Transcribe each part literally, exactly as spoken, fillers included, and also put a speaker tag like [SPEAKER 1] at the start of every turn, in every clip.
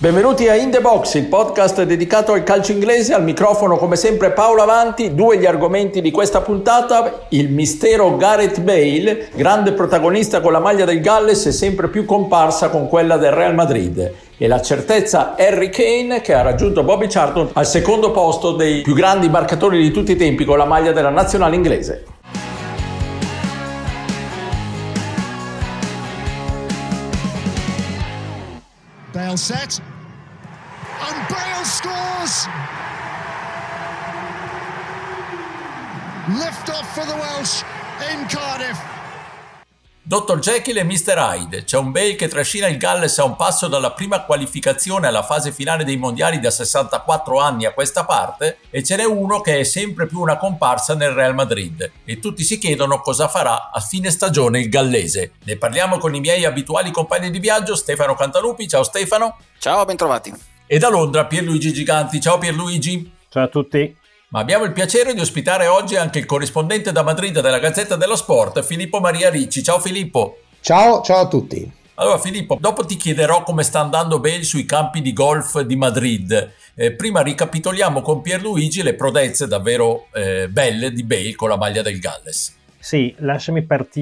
[SPEAKER 1] Benvenuti a In The Box, il podcast dedicato al calcio inglese. Al microfono come sempre Paolo Avanti. Due gli argomenti di questa puntata: il mistero Gareth Bale, grande protagonista con la maglia del Galles e sempre più comparsa con quella del Real Madrid, e la certezza Harry Kane, che ha raggiunto Bobby Charlton al secondo posto dei più grandi marcatori di tutti i tempi con la maglia della nazionale inglese.
[SPEAKER 2] Bale set, and Bale scores! Lift off for the Welsh in Cardiff.
[SPEAKER 1] dottor Jekyll e mister Hyde. C'è un Bale che trascina il Galles a un passo dalla prima qualificazione alla fase finale dei mondiali da sessantaquattro anni a questa parte, e ce n'è uno che è sempre più una comparsa nel Real Madrid, e tutti si chiedono cosa farà a fine stagione il gallese. Ne parliamo con i miei abituali compagni di viaggio, Stefano Cantalupi. Ciao Stefano.
[SPEAKER 3] Ciao, bentrovati.
[SPEAKER 1] E da Londra Pierluigi Giganti. Ciao Pierluigi.
[SPEAKER 4] Ciao a tutti.
[SPEAKER 1] Ma abbiamo il piacere di ospitare oggi anche il corrispondente da Madrid della Gazzetta dello Sport, Filippo Maria Ricci. Ciao Filippo.
[SPEAKER 5] Ciao, ciao a tutti.
[SPEAKER 1] Allora Filippo, dopo ti chiederò come sta andando Bale sui campi di golf di Madrid. Eh, prima ricapitoliamo con Pierluigi le prodezze davvero eh, belle di Bale con la maglia del Galles.
[SPEAKER 4] Sì, lasciami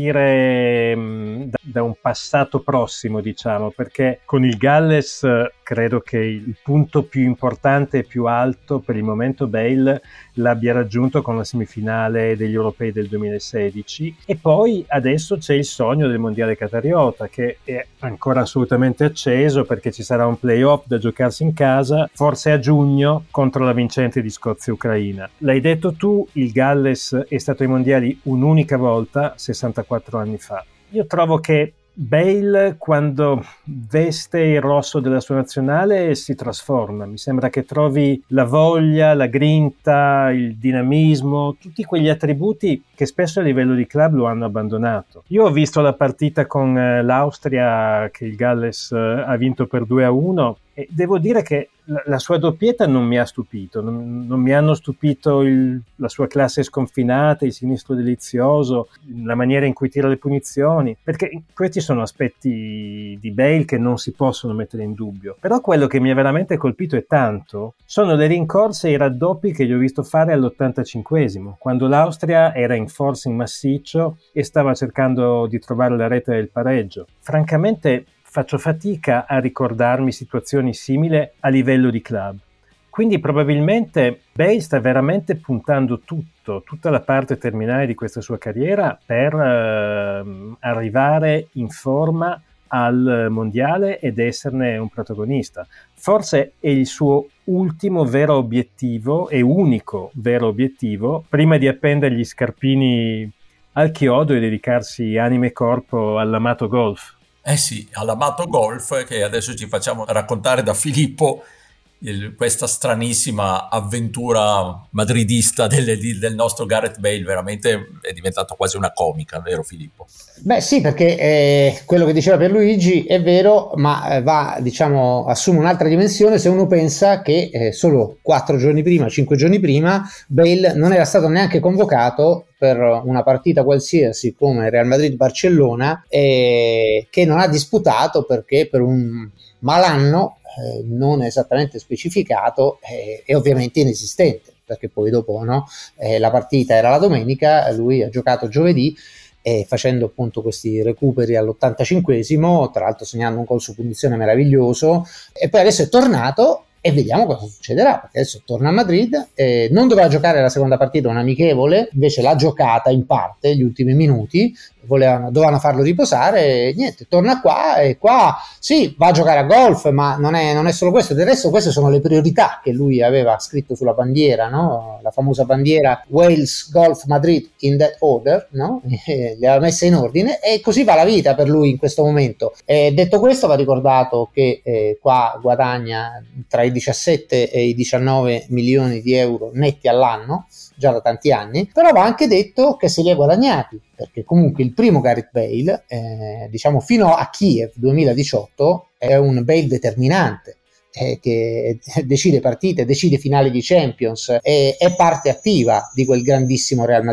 [SPEAKER 4] partire da, da un passato prossimo, diciamo, perché con il Galles credo che il punto più importante e più alto per il momento Bale l'abbia raggiunto con la semifinale degli europei del duemilasedici, e poi adesso c'è il sogno del mondiale qatariota, che è ancora assolutamente acceso perché ci sarà un playoff da giocarsi in casa, forse a giugno, contro la vincente di Scozia-Ucraina. L'hai detto tu, il Galles è stato ai mondiali un'unica volta, sessantaquattro anni fa. Io trovo che Bale, quando veste il rosso della sua nazionale, si trasforma. Mi sembra che trovi la voglia, la grinta, il dinamismo, tutti quegli attributi che spesso a livello di club lo hanno abbandonato. Io ho visto la partita con eh, l'Austria che il Galles eh, ha vinto per due a uno, e devo dire che la, la sua doppietta non mi ha stupito, non, non mi hanno stupito il, la sua classe sconfinata, il sinistro delizioso, la maniera in cui tira le punizioni, perché questi sono aspetti di Bale che non si possono mettere in dubbio. Però quello che mi ha veramente colpito e tanto sono le rincorse e i raddoppi che gli ho visto fare all'ottantacinquesimo, quando l'Austria era in forcing massiccio e stava cercando di trovare la rete del pareggio. Francamente faccio fatica a ricordarmi situazioni simili a livello di club. Quindi probabilmente Bale sta veramente puntando tutto, tutta la parte terminale di questa sua carriera per eh, arrivare in forma al mondiale ed esserne un protagonista. Forse è il suo ultimo vero obiettivo e unico vero obiettivo prima di appendere gli scarpini al chiodo e dedicarsi anima e corpo all'amato golf.
[SPEAKER 1] Eh sì, all'amato golf, che adesso ci facciamo raccontare da Filippo il, questa stranissima avventura madridista del, del nostro Gareth Bale. Veramente è diventato quasi una comica, vero Filippo?
[SPEAKER 5] Beh sì, perché eh, quello che diceva Pierluigi è vero, ma eh, va, diciamo, assume un'altra dimensione se uno pensa che eh, solo quattro giorni prima, cinque giorni prima, Bale non era stato neanche convocato per una partita qualsiasi come Real Madrid-Barcellona, eh, che non ha disputato perché per un malanno eh, non esattamente specificato eh, e ovviamente inesistente, perché poi dopo no, eh, la partita era la domenica, lui ha giocato giovedì, e facendo appunto questi recuperi all'ottantacinquesimo, tra l'altro segnando un gol su punizione meraviglioso, e poi adesso è tornato e vediamo cosa succederà, perché adesso torna a Madrid, eh, non doveva giocare la seconda partita, un amichevole, invece l'ha giocata in parte gli ultimi minuti, volevano, dovevano farlo riposare, e niente, torna qua e qua sì, va a giocare a golf, ma non è, non è solo questo, del resto queste sono le priorità che lui aveva scritto sulla bandiera, no? La famosa bandiera Wales Golf Madrid in that order, no? Le aveva messe in ordine, e così va la vita per lui in questo momento. E detto questo, va ricordato che eh, qua guadagna tra i diciassette e i diciannove milioni di euro netti all'anno, già da tanti anni, però va anche detto che se li ha guadagnati, perché comunque il primo Gareth Bale, eh, diciamo fino a Kiev duemiladiciotto, è un Bale determinante, eh, che decide partite, decide finali di Champions, e è parte attiva di quel grandissimo Real Madrid.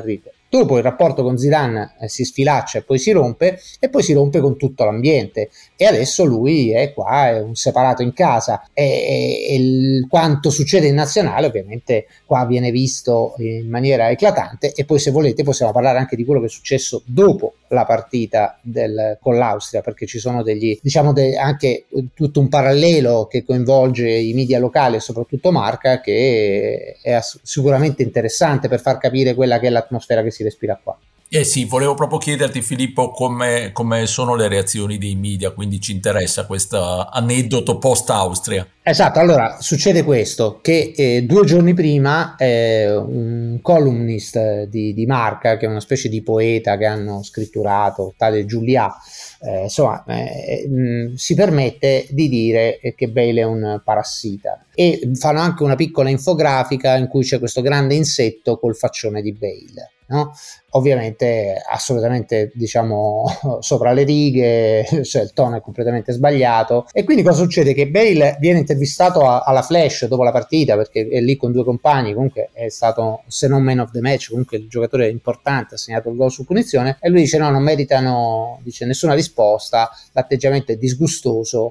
[SPEAKER 5] Dopo il rapporto con Zidane eh, si sfilaccia e poi si rompe, e poi si rompe con tutto l'ambiente, e adesso lui è qua, è un separato in casa, e, e, e il, quanto succede in nazionale ovviamente qua viene visto in maniera eclatante. E poi, se volete, possiamo parlare anche di quello che è successo dopo la partita del, con l'Austria, perché ci sono degli, diciamo, de, anche tutto un parallelo che coinvolge i media locali e soprattutto Marca, che è ass- sicuramente interessante per far capire quella che è l'atmosfera che si respira qua.
[SPEAKER 1] Eh sì, volevo proprio chiederti, Filippo, come, come sono le reazioni dei media, quindi ci interessa questo aneddoto post-Austria.
[SPEAKER 5] Esatto, allora succede questo, che eh, due giorni prima eh, un columnist di, di Marca, che è una specie di poeta che hanno scritturato, tale Giulià, eh, insomma, eh, mh, si permette di dire che Bale è un parassita, e fanno anche una piccola infografica in cui c'è questo grande insetto col faccione di Bale. No? Ovviamente assolutamente, diciamo, sopra le righe, cioè il tono è completamente sbagliato. E quindi cosa succede? Che Bale viene intervistato a, alla Flash dopo la partita, perché è lì con due compagni, comunque è stato, se non man of the match, comunque il giocatore importante, ha segnato il gol su punizione, e lui dice no, non meritano, dice, nessuna risposta, l'atteggiamento è disgustoso.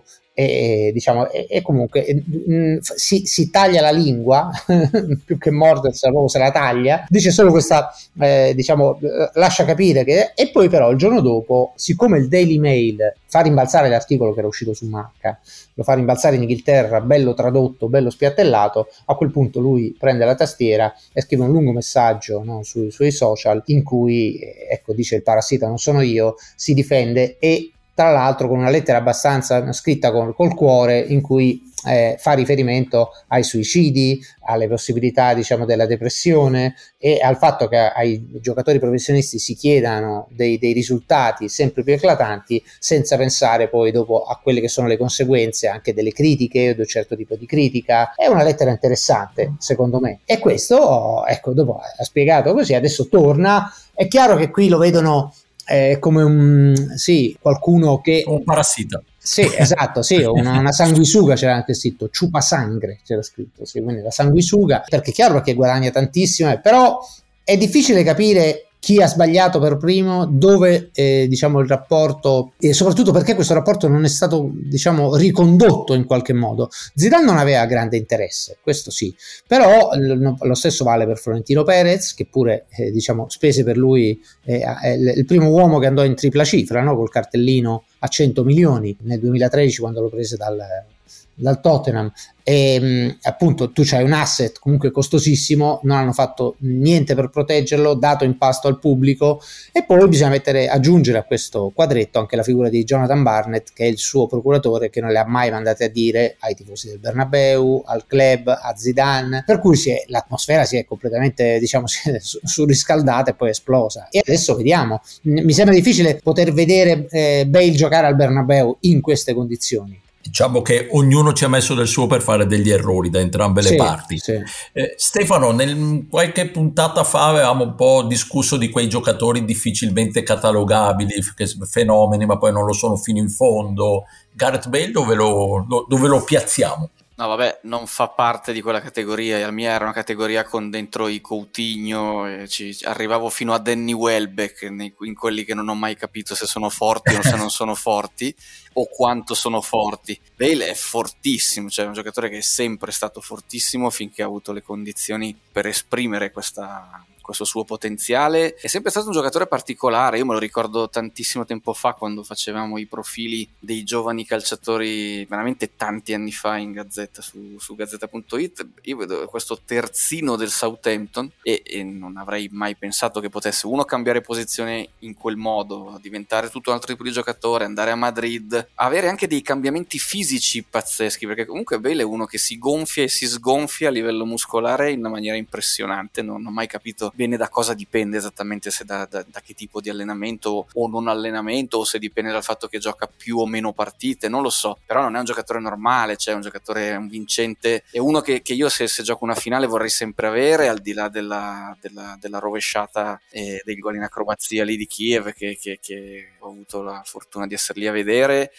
[SPEAKER 5] E diciamo e, e comunque e, mh, si, si taglia la lingua più che mordersela, proprio se la taglia, dice solo questa eh, diciamo lascia capire che. E poi però il giorno dopo, siccome il Daily Mail fa rimbalzare l'articolo che era uscito su Marca, lo fa rimbalzare in Inghilterra, bello tradotto, bello spiattellato, a quel punto lui prende la tastiera e scrive un lungo messaggio, no, sui suoi social, in cui ecco dice il parassita non sono io, si difende, e tra l'altro con una lettera abbastanza scritta con, col cuore, in cui eh, fa riferimento ai suicidi, alle possibilità, diciamo, della depressione, e al fatto che ai giocatori professionisti si chiedano dei, dei risultati sempre più eclatanti, senza pensare poi dopo a quelle che sono le conseguenze anche delle critiche o di un certo tipo di critica. È una lettera interessante, secondo me, e questo, ecco, dopo ha spiegato così, adesso torna. È chiaro che qui lo vedono è come un sì, qualcuno che
[SPEAKER 1] un parassita.
[SPEAKER 5] Sì, esatto, sì, una, una sanguisuga, c'era anche scritto ciupa sangre, c'era scritto, sì, quindi la sanguisuga, perché è chiaro che guadagna tantissimo, però è difficile capire chi ha sbagliato per primo, dove eh, diciamo il rapporto, e soprattutto perché questo rapporto non è stato, diciamo, ricondotto in qualche modo. Zidane non aveva grande interesse, questo sì, però l- lo stesso vale per Florentino Perez, che pure eh, diciamo spese per lui, eh, è il primo uomo che andò in tripla cifra, no? Col cartellino a cento milioni nel duemilatredici, quando lo prese dal dal Tottenham. E mh, appunto tu c'hai un asset comunque costosissimo, non hanno fatto niente per proteggerlo, dato in pasto al pubblico, e poi bisogna mettere, aggiungere a questo quadretto anche la figura di Jonathan Barnett, che è il suo procuratore, che non le ha mai mandate a dire ai tifosi del Bernabeu, al club, a Zidane, per cui si è, l'atmosfera si è completamente, diciamo, si è surriscaldata e poi esplosa. E adesso vediamo, mi sembra difficile poter vedere eh, Bale giocare al Bernabeu in queste condizioni.
[SPEAKER 1] Diciamo che ognuno ci ha messo del suo per fare degli errori da entrambe le
[SPEAKER 5] sì,
[SPEAKER 1] parti.
[SPEAKER 5] Sì.
[SPEAKER 1] Eh, Stefano, nel, qualche puntata fa avevamo un po' discusso di quei giocatori difficilmente catalogabili, che fenomeni, ma poi non lo sono fino in fondo. Gareth Bale dove lo, lo, dove lo piazziamo?
[SPEAKER 3] No, vabbè, non fa parte di quella categoria. La mia era una categoria con dentro i Coutinho, e ci arrivavo fino a Danny Welbeck, nei, in quelli che non ho mai capito se sono forti o se non sono forti, o quanto sono forti. Bale è fortissimo, cioè è un giocatore che è sempre stato fortissimo finché ha avuto le condizioni per esprimere questa... questo suo potenziale. È sempre stato un giocatore particolare. Io me lo ricordo tantissimo tempo fa, quando facevamo i profili dei giovani calciatori, veramente tanti anni fa, in Gazzetta, su, su gazzetta punto it. Io vedo questo terzino del Southampton e, e non avrei mai pensato che potesse uno cambiare posizione in quel modo, diventare tutto un altro tipo di giocatore, andare a Madrid, avere anche dei cambiamenti fisici pazzeschi, perché comunque Bale è uno che si gonfia e si sgonfia a livello muscolare in una maniera impressionante. Non ho mai capito bene da cosa dipende esattamente, se da, da, da che tipo di allenamento o non allenamento, o se dipende dal fatto che gioca più o meno partite, non lo so, però non è un giocatore normale, cioè un giocatore, un vincente, è uno che, che io se, se gioco una finale vorrei sempre avere, al di là della, della, della rovesciata e del gol in acrobazia lì di Kiev, che, che, che ho avuto la fortuna di essere lì a vedere,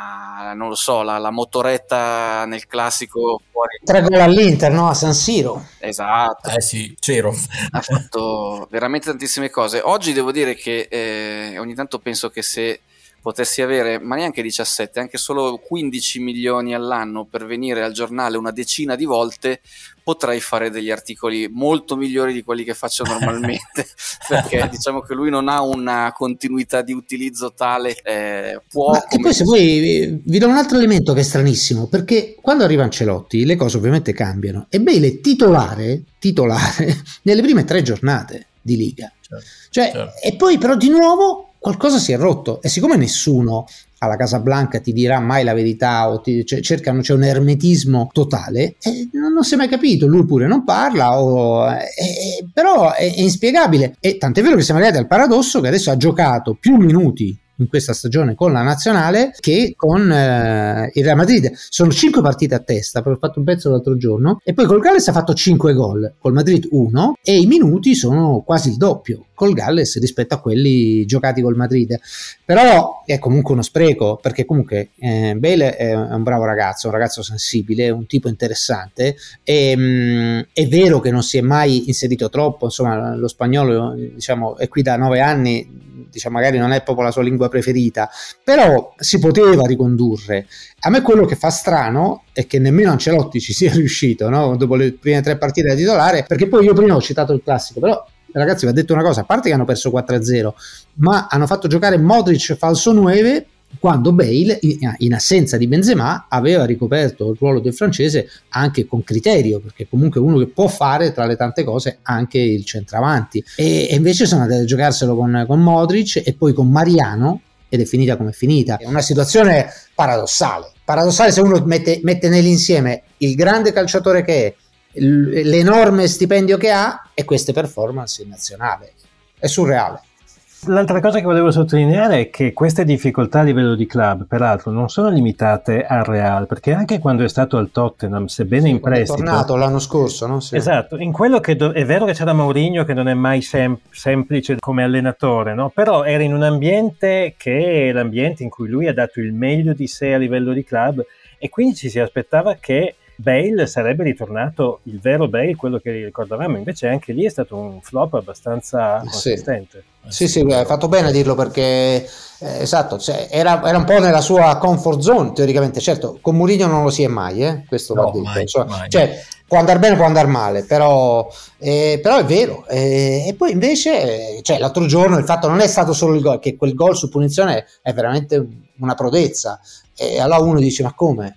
[SPEAKER 3] ma non lo so, la, la motoretta nel classico fuori...
[SPEAKER 5] Tre gol all'Inter, no? A San Siro.
[SPEAKER 3] Esatto.
[SPEAKER 1] Eh sì, c'ero.
[SPEAKER 3] Ha fatto cambiato veramente tantissime cose. Oggi devo dire che eh, ogni tanto penso che se potessi avere, ma neanche diciassette, anche solo quindici milioni all'anno per venire al giornale una decina di volte, potrei fare degli articoli molto migliori di quelli che faccio normalmente, perché diciamo che lui non ha una continuità di utilizzo tale, eh, può...
[SPEAKER 5] Ma che poi se voi vi do un altro elemento che è stranissimo, perché quando arriva Ancelotti le cose ovviamente cambiano, e Bale è titolare, titolare nelle prime tre giornate di Liga, certo, cioè, certo. E poi però di nuovo qualcosa si è rotto, e siccome nessuno alla Casa Blanca ti dirà mai la verità o ti c- cercano, c'è un ermetismo totale, eh, non, non si è mai capito, lui pure non parla, o, eh, eh, però è, è inspiegabile, e tant'è vero che siamo arrivati al paradosso che adesso ha giocato più minuti in questa stagione con la nazionale che con eh, il Real Madrid. Sono cinque partite a testa, perché ho fatto un pezzo l'altro giorno, e poi col Galles ha fatto cinque gol, col Madrid uno, e i minuti sono quasi il doppio col Galles rispetto a quelli giocati col Madrid. Però è comunque uno spreco, perché comunque eh, Bale è un bravo ragazzo, un ragazzo sensibile, un tipo interessante, e mh, è vero che non si è mai inserito troppo, insomma lo spagnolo, diciamo, è qui da nove anni, diciamo, magari non è proprio la sua lingua preferita, però si poteva ricondurre. A me quello che fa strano è che nemmeno Ancelotti ci sia riuscito, no? Dopo le prime tre partite da titolare, perché poi io prima ho citato il classico, però ragazzi, vi ho detto una cosa, a parte che hanno perso quattro a zero, ma hanno fatto giocare Modric falso nove quando Bale, in assenza di Benzema, aveva ricoperto il ruolo del francese anche con criterio, perché comunque uno che può fare tra le tante cose anche il centravanti, e, e invece sono andati a giocarselo con, con Modric e poi con Mariano, ed è finita come è finita. È una situazione paradossale, paradossale se uno mette, mette nell'insieme il grande calciatore che è, l'enorme stipendio che ha e queste performance in nazionale. È surreale.
[SPEAKER 4] L'altra cosa che volevo sottolineare è che queste difficoltà a livello di club, peraltro, non sono limitate al Real, perché anche quando è stato al Tottenham, sebbene sì, in prestito,
[SPEAKER 5] è tornato l'anno scorso, no? Sì.
[SPEAKER 4] Esatto, in quello che do- è vero che c'era Mourinho, che non è mai sem- semplice come allenatore, no? Però era in un ambiente che è l'ambiente in cui lui ha dato il meglio di sé a livello di club, e quindi ci si aspettava che Bale sarebbe ritornato il vero Bale, quello che ricordavamo. Invece anche lì è stato un flop abbastanza consistente.
[SPEAKER 5] Sì, sì, sì, hai fatto bene a dirlo, perché eh, esatto, cioè, era, era un po' nella sua comfort zone teoricamente. Certo, con Mourinho non lo si è mai, eh? Questo
[SPEAKER 6] no,
[SPEAKER 5] va detto,
[SPEAKER 6] mai,
[SPEAKER 5] cioè,
[SPEAKER 6] mai.
[SPEAKER 5] cioè può andare bene, può andare male, però, eh, però è vero. Eh, e poi invece, cioè, l'altro giorno il fatto non è stato solo il gol, che quel gol su punizione è veramente una prodezza, e allora uno dice: ma come?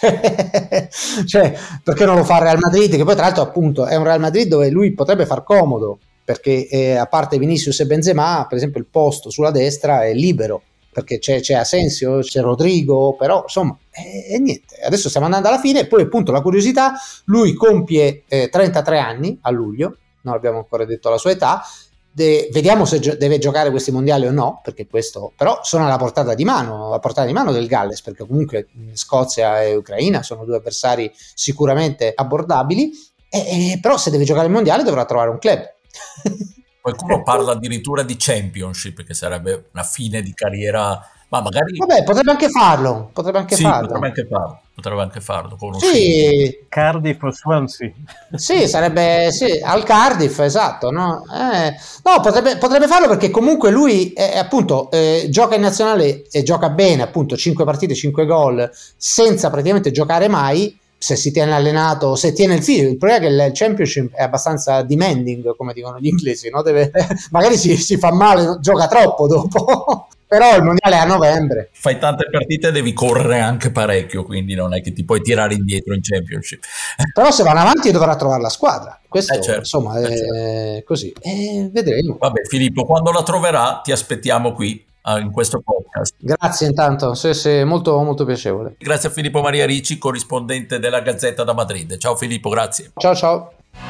[SPEAKER 5] Cioè, perché non lo fa il Real Madrid, che poi tra l'altro appunto è un Real Madrid dove lui potrebbe far comodo, perché eh, a parte Vinicius e Benzema, per esempio il posto sulla destra è libero, perché c'è, c'è Asensio, c'è Rodrigo, però insomma e eh, niente, adesso stiamo andando alla fine. E poi appunto la curiosità, lui compie eh, trentatré anni a luglio, non abbiamo ancora detto la sua età. De- vediamo se gio- deve giocare questi mondiali o no, perché questo però sono alla portata di mano, alla portata di mano del Galles, perché comunque Scozia e Ucraina sono due avversari sicuramente abbordabili, e- e- però se deve giocare il mondiale dovrà trovare un club.
[SPEAKER 6] Qualcuno parla addirittura di Championship, che sarebbe una fine di carriera, ma magari...
[SPEAKER 5] Vabbè, potrebbe anche farlo, potrebbe anche
[SPEAKER 6] sì,
[SPEAKER 5] farlo.
[SPEAKER 6] potrebbe anche farlo, potrebbe anche farlo. Con
[SPEAKER 5] sì,
[SPEAKER 4] Cardiff o Swansea.
[SPEAKER 5] Sì, sarebbe sì, al Cardiff, esatto, no? Eh, no, potrebbe, potrebbe farlo, perché comunque lui eh, appunto eh, gioca in nazionale e gioca bene, appunto cinque partite, cinque gol, senza praticamente giocare mai. Se si tiene allenato, se tiene il figlio, il problema è che il Championship è abbastanza demanding, come dicono gli inglesi, no? Deve, magari si, si fa male, gioca troppo dopo. Però il mondiale è a novembre.
[SPEAKER 6] Fai tante partite e devi correre anche parecchio, quindi non è che ti puoi tirare indietro in Championship.
[SPEAKER 5] Però se vanno avanti dovrà trovare la squadra. Questo
[SPEAKER 6] eh certo,
[SPEAKER 5] insomma
[SPEAKER 6] eh
[SPEAKER 5] è
[SPEAKER 6] certo.
[SPEAKER 5] così. E vedremo.
[SPEAKER 6] Vabbè Filippo, quando la troverà ti aspettiamo qui in questo podcast.
[SPEAKER 5] Grazie intanto, sì, sì, molto, molto piacevole.
[SPEAKER 6] Grazie a Filippo Maria Ricci, corrispondente della Gazzetta da Madrid. Ciao Filippo, grazie.
[SPEAKER 5] Ciao ciao.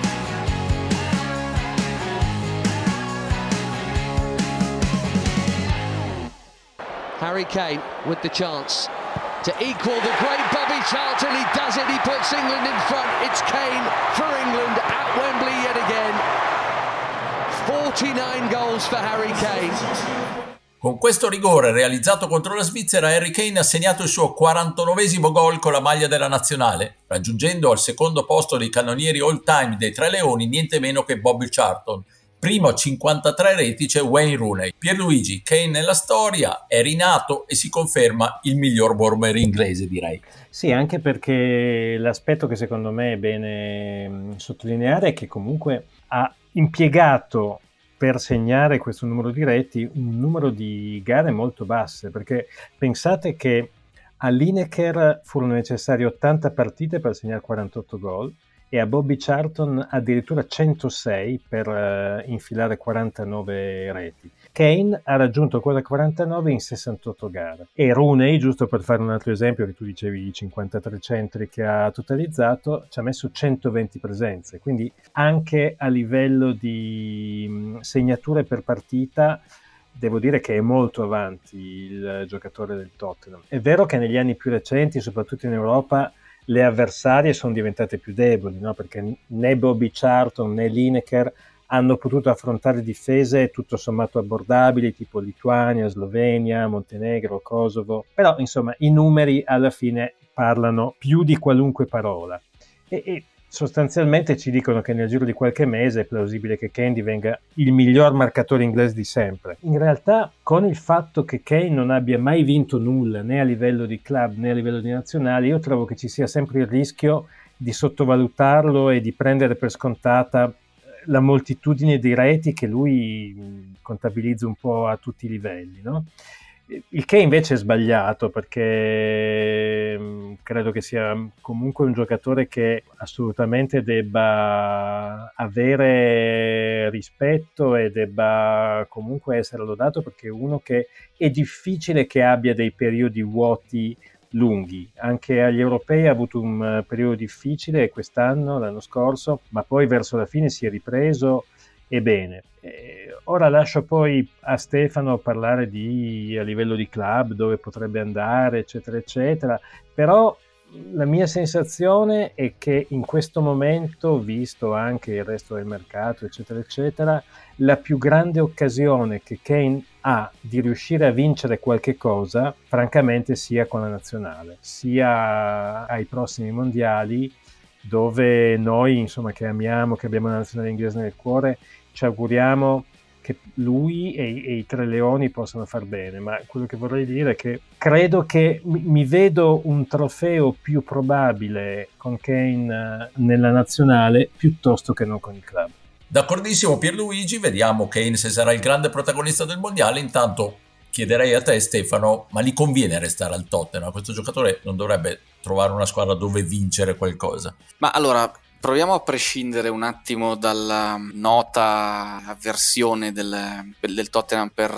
[SPEAKER 7] Harry Kane with the chance to equal the great Bobby Charlton. He does it, he puts England in front. It's Kane for England at Wembley yet again. forty-nine goals for Harry Kane.
[SPEAKER 6] Con questo rigore realizzato contro la Svizzera, Harry Kane ha segnato il suo quarantanovesimo gol con la maglia della nazionale, raggiungendo al secondo posto dei cannonieri all time dei Tre Leoni niente meno che Bobby Charlton, primo a cinquantatré reti c'è Wayne Rooney. Pierluigi, Kane nella storia, è rinato e si conferma il miglior bomber inglese, direi.
[SPEAKER 4] Sì, anche perché l'aspetto che secondo me è bene sottolineare è che comunque ha impiegato per segnare questo numero di reti un numero di gare molto basse, perché pensate che a Lineker furono necessarie ottanta partite per segnare quarantotto gol e a Bobby Charlton addirittura centosei per uh, infilare quarantanove reti. Kane ha raggiunto quota quarantanove in sessantotto gare e Rooney, giusto per fare un altro esempio, che tu dicevi i cinquantatré centri che ha totalizzato, ci ha messo centoventi presenze, quindi anche a livello di mh, segnature per partita devo dire che è molto avanti il giocatore del Tottenham. È vero che negli anni più recenti, soprattutto in Europa, le avversarie sono diventate più deboli, no? Perché né Bobby Charlton né Lineker hanno potuto affrontare difese tutto sommato abbordabili, tipo Lituania, Slovenia, Montenegro, Kosovo. Però, insomma, i numeri alla fine parlano più di qualunque parola. E, e sostanzialmente ci dicono che nel giro di qualche mese è plausibile che Kane divenga il miglior marcatore inglese di sempre. In realtà, con il fatto che Kane non abbia mai vinto nulla, né a livello di club né a livello di nazionale, io trovo che ci sia sempre il rischio di sottovalutarlo e di prendere per scontata la moltitudine di reti che lui contabilizza un po' a tutti i livelli, no? Il che invece è sbagliato, perché credo che sia comunque un giocatore che assolutamente debba avere rispetto e debba comunque essere lodato, perché è uno che è difficile che abbia dei periodi vuoti lunghi. Anche agli europei ha avuto un periodo difficile quest'anno, l'anno scorso, ma poi verso la fine si è ripreso e bene. Eh, ora lascio poi a Stefano parlare di a livello di club dove potrebbe andare, eccetera eccetera, però la mia sensazione è che in questo momento, visto anche il resto del mercato, eccetera eccetera, la più grande occasione che Kane ha di riuscire a vincere qualche cosa, francamente, sia con la nazionale, sia ai prossimi mondiali, dove noi, insomma, che amiamo, che abbiamo la nazionale inglese nel cuore, ci auguriamo che lui e, e i Tre Leoni possano far bene. Ma quello che vorrei dire è che credo che mi, mi vedo un trofeo più probabile con Kane nella nazionale piuttosto che non con il club.
[SPEAKER 6] D'accordissimo Pierluigi, vediamo Kane se sarà il grande protagonista del mondiale. Intanto chiederei a te, Stefano, ma gli conviene restare al Tottenham? Questo giocatore non dovrebbe trovare una squadra dove vincere qualcosa?
[SPEAKER 3] Ma allora, proviamo a prescindere un attimo dalla nota avversione del, del Tottenham per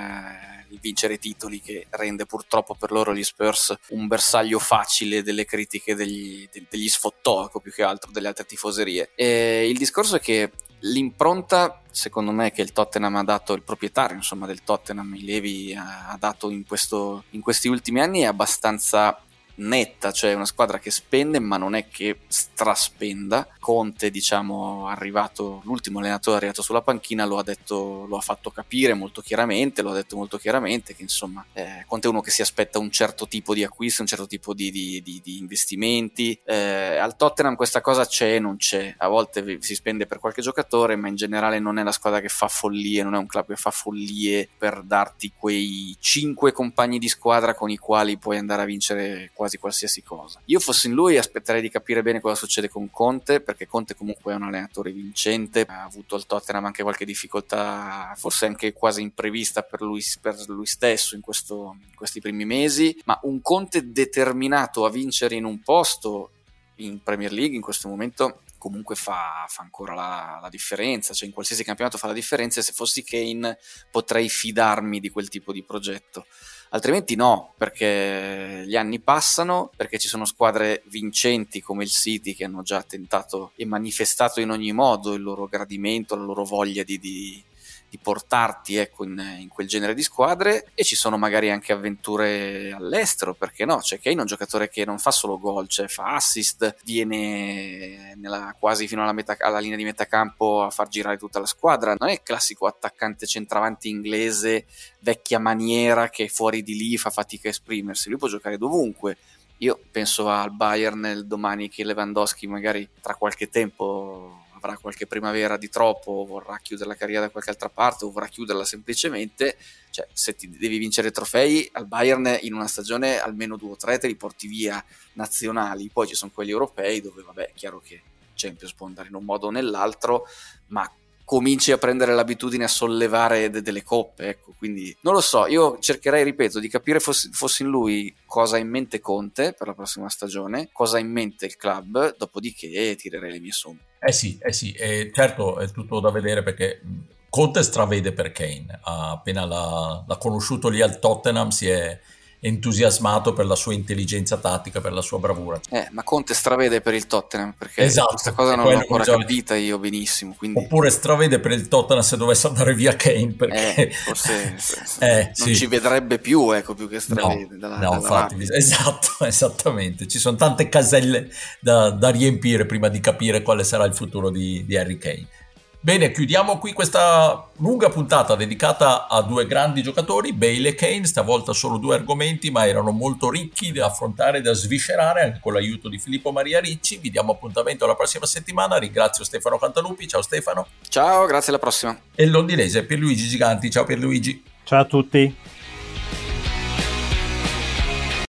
[SPEAKER 3] eh, vincere titoli, che rende purtroppo per loro gli Spurs un bersaglio facile delle critiche degli, degli sfottò, più che altro delle altre tifoserie. E il discorso è che l'impronta, secondo me, che il Tottenham ha dato, il proprietario insomma del Tottenham, i Levi, ha, ha dato in, questo, in questi ultimi anni è abbastanza netta, cioè una squadra che spende ma non è che straspenda. Conte, diciamo, arrivato, l'ultimo allenatore arrivato sulla panchina, lo ha detto, lo ha fatto capire molto chiaramente, lo ha detto molto chiaramente che insomma eh, Conte è uno che si aspetta un certo tipo di acquisti, un certo tipo di, di, di, di investimenti. Eh, al Tottenham questa cosa c'è e non c'è, a volte si spende per qualche giocatore, ma in generale non è la squadra che fa follie, non è un club che fa follie per darti quei cinque compagni di squadra con i quali puoi andare a vincere quasi qualsiasi cosa. Io fossi in lui aspetterei di capire bene cosa succede con Conte, perché Conte comunque è un allenatore vincente, ha avuto al Tottenham anche qualche difficoltà, forse anche quasi imprevista per lui, per lui stesso in, questo, in questi primi mesi, ma un Conte determinato a vincere in un posto in Premier League in questo momento comunque fa, fa ancora la, la differenza, cioè in qualsiasi campionato fa la differenza, e se fossi Kane potrei fidarmi di quel tipo di progetto. Altrimenti no, perché gli anni passano, perché ci sono squadre vincenti come il City che hanno già tentato e manifestato in ogni modo il loro gradimento, la loro voglia di, di, di portarti ecco, in, in quel genere di squadre, e ci sono magari anche avventure all'estero, perché no? C'è Kane, un giocatore che non fa solo gol, cioè fa assist, viene nella, quasi fino alla, metà, alla linea di metà campo a far girare tutta la squadra, non è il classico attaccante centravanti inglese vecchia maniera che fuori di lì fa fatica a esprimersi, lui può giocare dovunque. Io penso al Bayern nel domani che Lewandowski magari tra qualche tempo avrà qualche primavera di troppo, o vorrà chiudere la carriera da qualche altra parte, o vorrà chiuderla semplicemente. Cioè, se ti devi vincere trofei al Bayern in una stagione, almeno due o tre te li porti via nazionali. Poi ci sono quelli europei dove, vabbè, è chiaro che Champions può andare in un modo o nell'altro, ma cominci a prendere l'abitudine a sollevare de- delle coppe, ecco. Quindi non lo so, io cercherei, ripeto, di capire fossi, fossi in lui cosa ha in mente Conte per la prossima stagione, cosa ha in mente il club, dopodiché tirerei le mie somme.
[SPEAKER 6] Eh sì, eh sì, e certo è tutto da vedere, perché Conte stravede per Kane, appena l'ha, l'ha conosciuto lì al Tottenham si è entusiasmato per la sua intelligenza tattica, per la sua bravura.
[SPEAKER 3] Eh, ma Conte stravede per il Tottenham, perché
[SPEAKER 6] esatto,
[SPEAKER 3] questa cosa non l'ho ancora capita io benissimo. Quindi...
[SPEAKER 6] Oppure stravede per il Tottenham se dovesse andare via Kane, perché
[SPEAKER 3] eh, forse
[SPEAKER 6] eh,
[SPEAKER 3] non
[SPEAKER 6] sì.
[SPEAKER 3] ci vedrebbe più, ecco, più che stravede.
[SPEAKER 6] No,
[SPEAKER 3] dalla,
[SPEAKER 6] no
[SPEAKER 3] dalla
[SPEAKER 6] infatti, esatto, esattamente. Ci sono tante caselle da, da riempire prima di capire quale sarà il futuro di, di Harry Kane. Bene, chiudiamo qui questa lunga puntata dedicata a due grandi giocatori, Bale e Kane. Stavolta solo due argomenti, ma erano molto ricchi da affrontare e da sviscerare, anche con l'aiuto di Filippo Maria Ricci. Vi diamo appuntamento alla prossima settimana. Ringrazio Stefano Cantalupi. Ciao Stefano.
[SPEAKER 3] Ciao, grazie, alla prossima.
[SPEAKER 6] E il londinese Pierluigi Giganti. Ciao Pierluigi.
[SPEAKER 4] Ciao a tutti.